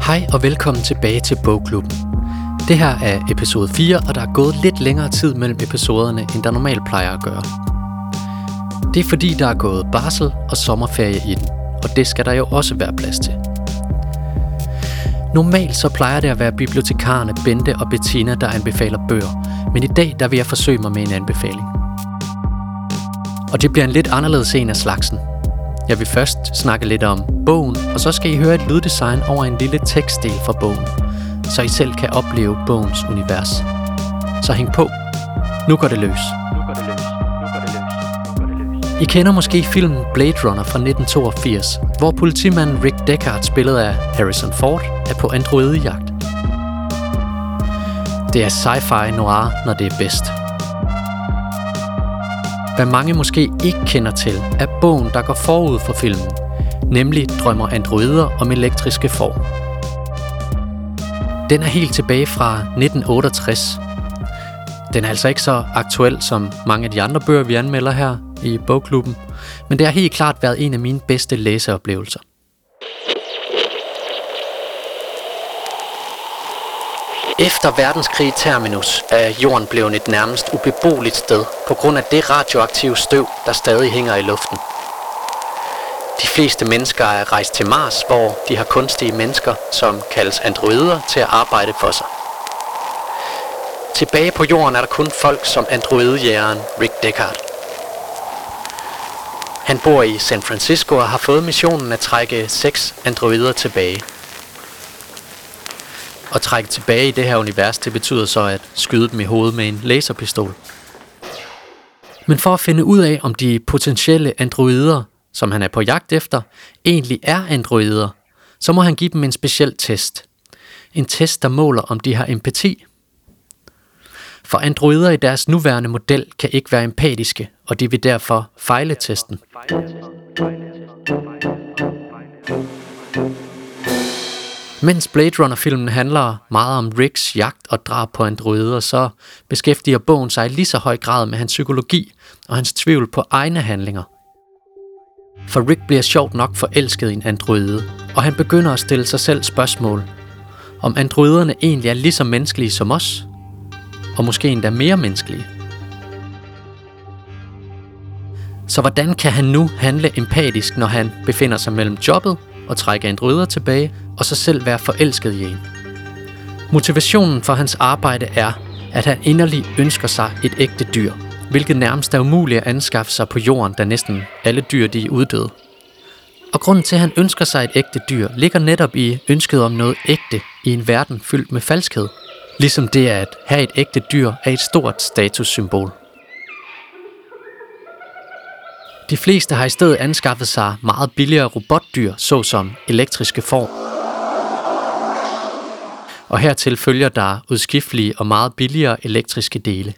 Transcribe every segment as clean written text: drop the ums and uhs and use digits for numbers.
Hej og velkommen tilbage til Bogklubben. Det her er episode 4, og der er gået lidt længere tid mellem episoderne, end der normalt plejer at gøre. Det er fordi, der er gået barsel og sommerferie i den, og det skal der jo også være plads til. Normalt så plejer det at være bibliotekarerne Bente og Bettina, der anbefaler bøger, men i dag der vil jeg forsøge mig med en anbefaling. Og det bliver en lidt anderledes en af slagsen. Jeg vil først snakke lidt om bogen, og så skal I høre et lyddesign over en lille tekstdel fra bogen, så I selv kan opleve bogens univers. Så hæng på. Nu går det løs. I kender måske filmen Blade Runner fra 1982, hvor politimanden Rick Deckard, spillet af Harrison Ford, er på androidejagt. Det er sci-fi noir, når det er bedst. Hvad mange måske ikke kender til, er bogen, der går forud for filmen, nemlig Drømmer androider om elektriske får. Den er helt tilbage fra 1968. Den er altså ikke så aktuel som mange af de andre bøger, vi anmelder her i Bogklubben, men det har helt klart været en af mine bedste læseoplevelser. Efter verdenskrig terminus er jorden blevet et nærmest ubeboeligt sted på grund af det radioaktive støv, der stadig hænger i luften. De fleste mennesker er rejst til Mars, hvor de har kunstige mennesker, som kaldes androider, til at arbejde for sig. Tilbage på jorden er der kun folk som androidejægeren Rick Deckard. Han bor i San Francisco og har fået missionen at trække 6 androider tilbage. At trække tilbage i det her univers, det betyder så at skyde dem i hovedet med en laserpistol. Men for at finde ud af, om de potentielle androider, som han er på jagt efter, egentlig er androider, så må han give dem en speciel test. En test, der måler, om de har empati. For androider i deres nuværende model kan ikke være empatiske, og de vil derfor fejle testen. Mens Blade Runner-filmen handler meget om Ricks jagt og drab på androider, så beskæftiger bogen sig i lige så høj grad med hans psykologi og hans tvivl på egne handlinger. For Rick bliver sjovt nok forelsket i en androide, og han begynder at stille sig selv spørgsmål, om androiderne egentlig er lige så menneskelige som os, og måske endda mere menneskelige. Så hvordan kan han nu handle empatisk, når han befinder sig mellem jobbet og trække androider tilbage, og så selv være forelsket i en? Motivationen for hans arbejde er, at han inderligt ønsker sig et ægte dyr, hvilket nærmest er umuligt at anskaffe sig på jorden, da næsten alle dyr de er uddøde. Og grunden til, at han ønsker sig et ægte dyr, ligger netop i ønsket om noget ægte i en verden fyldt med falskhed. Ligesom det at have et ægte dyr er et stort statussymbol. De fleste har i stedet anskaffet sig meget billigere robotdyr, såsom elektriske får. Og hertil følger der udskiftelige og meget billigere elektriske dele.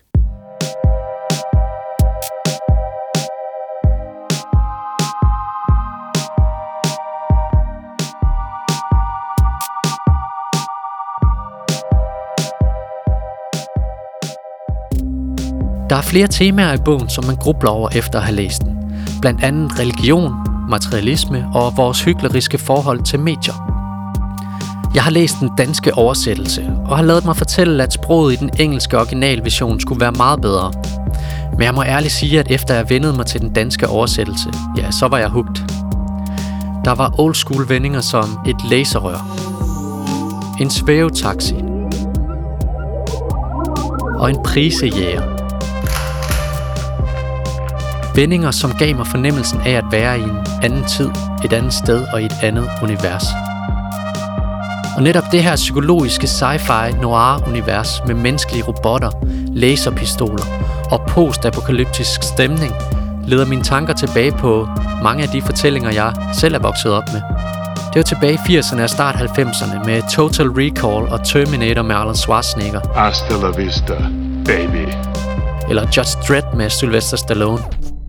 Der er flere temaer i bogen, som man grubler over efter at have læst den. Blandt andet religion, materialisme og vores hykleriske forhold til medier. Jeg har læst den danske oversættelse, og har ladet mig fortælle, at sproget i den engelske originalversion skulle være meget bedre. Men jeg må ærligt sige, at efter jeg vendede mig til den danske oversættelse, ja, så var jeg hooked. Der var old school vendinger som et laserrør, en svævetaxi og en prisejæger. Vendinger, som gav mig fornemmelsen af at være i en anden tid, et andet sted og i et andet univers. Og netop det her psykologiske sci-fi noir-univers med menneskelige robotter, laserpistoler og post-apokalyptisk stemning leder mine tanker tilbage på mange af de fortællinger, jeg selv er vokset op med. Det var tilbage i 80'erne og start 90'erne med Total Recall og Terminator med Arnold Schwarzenegger. Hasta la vista, baby. Eller Judge Dredd med Sylvester Stallone.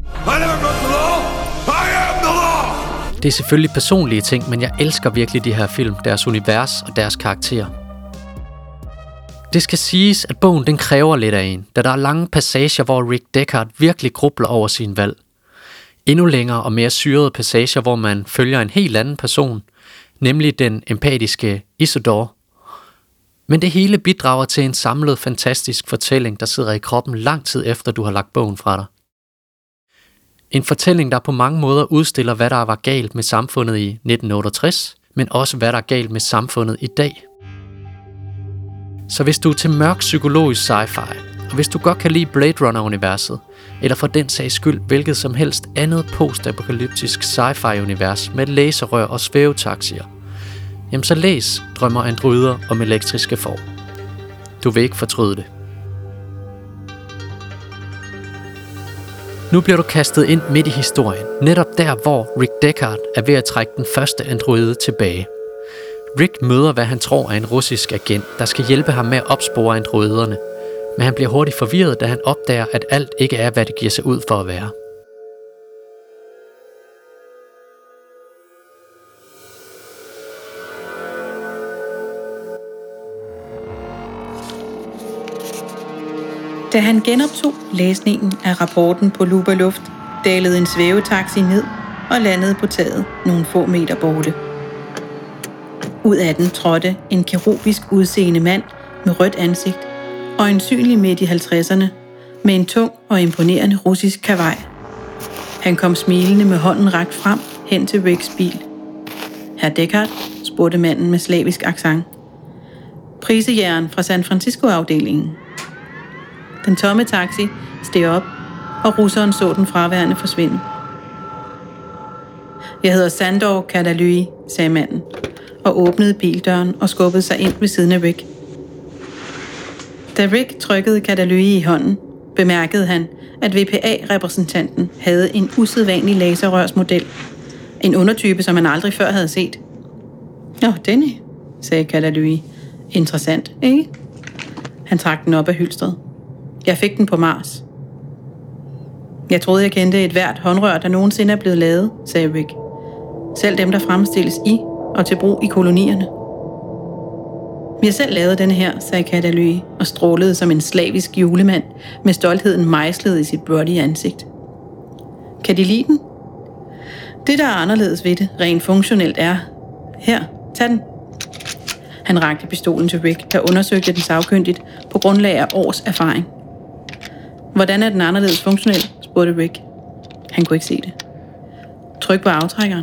Det er selvfølgelig personlige ting, men jeg elsker virkelig de her film, deres univers og deres karakterer. Det skal siges, at bogen den kræver lidt af en, da der er lange passager, hvor Rick Deckard virkelig grubler over sin valg. Endnu længere og mere syrede passager, hvor man følger en helt anden person, nemlig den empatiske Isidore. Men det hele bidrager til en samlet fantastisk fortælling, der sidder i kroppen lang tid efter du har lagt bogen fra dig. En fortælling, der på mange måder udstiller, hvad der var galt med samfundet i 1968, men også hvad der er galt med samfundet i dag. Så hvis du er til mørk psykologisk sci-fi, og hvis du godt kan lide Blade Runner-universet, eller for den sags skyld hvilket som helst andet postapokalyptisk sci-fi-univers med laserrør og svævetaxier, jamen så læs Drømmer androider om elektriske får. Du vil ikke fortryde det. Nu bliver du kastet ind midt i historien, netop der hvor Rick Deckard er ved at trække den første androide tilbage. Rick møder, hvad han tror er en russisk agent, der skal hjælpe ham med at opspore androiderne, men han bliver hurtigt forvirret, da han opdager, at alt ikke er, hvad det giver sig ud for at være. Da han genoptog læsningen af rapporten på lup og luft, dalede en svævetaxi ned og landede på taget nogle få meter borte. Ud af den trådte en kerubisk udseende mand med rødt ansigt, og øjensynlig midt i 50'erne, med en tung og imponerende russisk kavaj. Han kom smilende med hånden rakt frem hen til Ricks bil. Herr Deckard, spurgte manden med slavisk accent. Prisejægeren fra San Francisco-afdelingen. Den tomme taxi steg op, og russeren så den fraværende forsvinde. Jeg hedder Sandor Kadalyi, sagde manden, og åbnede bildøren og skubbede sig ind ved siden af Rick. Da Rick trykkede Kadalyi i hånden, bemærkede han, at VPA-repræsentanten havde en usædvanlig laserrørsmodel. En undertype, som han aldrig før havde set. Nå, denne, sagde Kadalyi. Interessant, ikke? Han trak den op af hylstret. Jeg fik den på Mars. Jeg troede, jeg kendte et hvert håndrør, der nogensinde er blevet lavet, sagde Rick. Selv dem, der fremstilles i og til brug i kolonierne. Vi har selv lavet denne her, sagde Kadalyi og strålede som en slavisk julemand med stoltheden mejslet i sit blodige ansigt. Kan de lide den? Det, der er anderledes ved det, rent funktionelt er... Her, tag den. Han rakte pistolen til Rick, der undersøgte den sagkyndigt på grundlag af års erfaring. Hvordan er den anderledes funktionel? Spurgte Rick. Han kunne ikke se det. Tryk på aftrækkeren.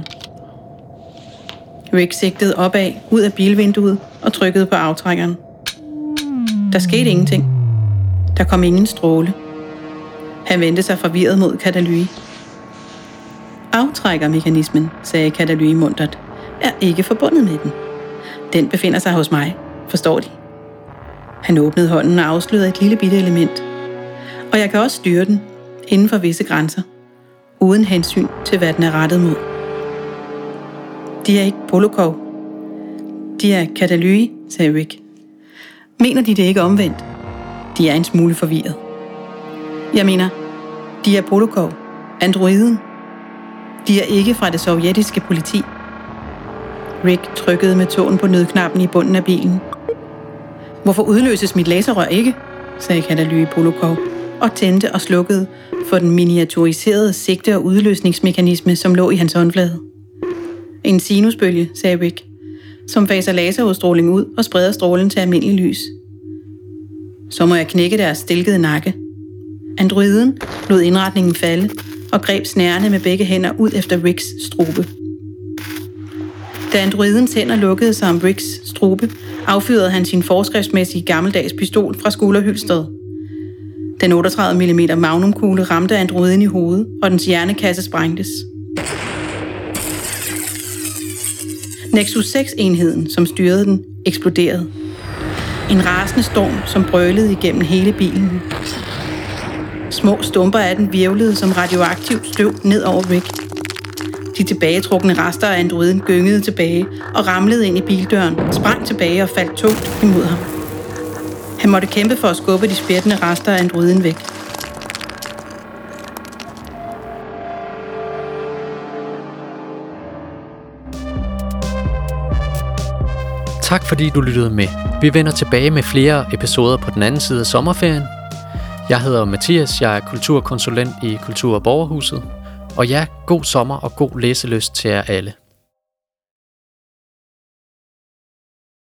Rick sigtede opad ud af bilvinduet og trykkede på aftrækkeren. Der skete ingenting. Der kom ingen stråle. Han vendte sig forvirret mod Kadalyi. Aftrækkermekanismen, sagde Kadalyi muntert, er ikke forbundet med den. Den befinder sig hos mig. Forstår de? Han åbnede hånden og afslørede et lille bitte element. Og jeg kan også styre den inden for visse grænser, uden hensyn til, hvad den er rettet mod. De er ikke Polokov. De er Kadalyi, sagde Rick. Mener de det ikke omvendt? De er en smule forvirret. Jeg mener, de er Polokov, androiden. De er ikke fra det sovjetiske politi. Rick trykkede med tåen på nødknappen i bunden af bilen. Hvorfor udløses mit laserrør ikke? Sagde Kadalyi Polokov, og tændte og slukkede for den miniaturiserede sigte- og udløsningsmekanisme, som lå i hans håndflade. En sinusbølge, sagde Rick, som faser laserudstråling ud og spreder strålen til almindelig lys. Så må jeg knække deres stilkede nakke. Androiden lod indretningen falde og greb snærende med begge hænder ud efter Ricks strube. Da androidens hænder lukkede sig om Ricks strube, affyrede han sin forskriftsmæssige gammeldags pistol fra skulderhylstret. Den 38 mm magnumkugle ramte androiden i hovedet, og dens hjernekasse sprængtes. Nexus 6-enheden, som styrede den, eksploderede. En rasende storm, som brølede igennem hele bilen. Små stumper af den virvlede som radioaktivt støv ned over Rick. De tilbagetrukne rester af androiden gyngede tilbage og ramlede ind i bildøren, sprang tilbage og faldt tungt imod ham. Han måtte kæmpe for at skubbe de spjættende rester af androiden væk. Tak fordi du lyttede med. Vi vender tilbage med flere episoder på den anden side af sommerferien. Jeg hedder Mathias, jeg er kulturkonsulent i Kultur- og Borgerhuset. Og ja, god sommer og god læselyst til jer alle.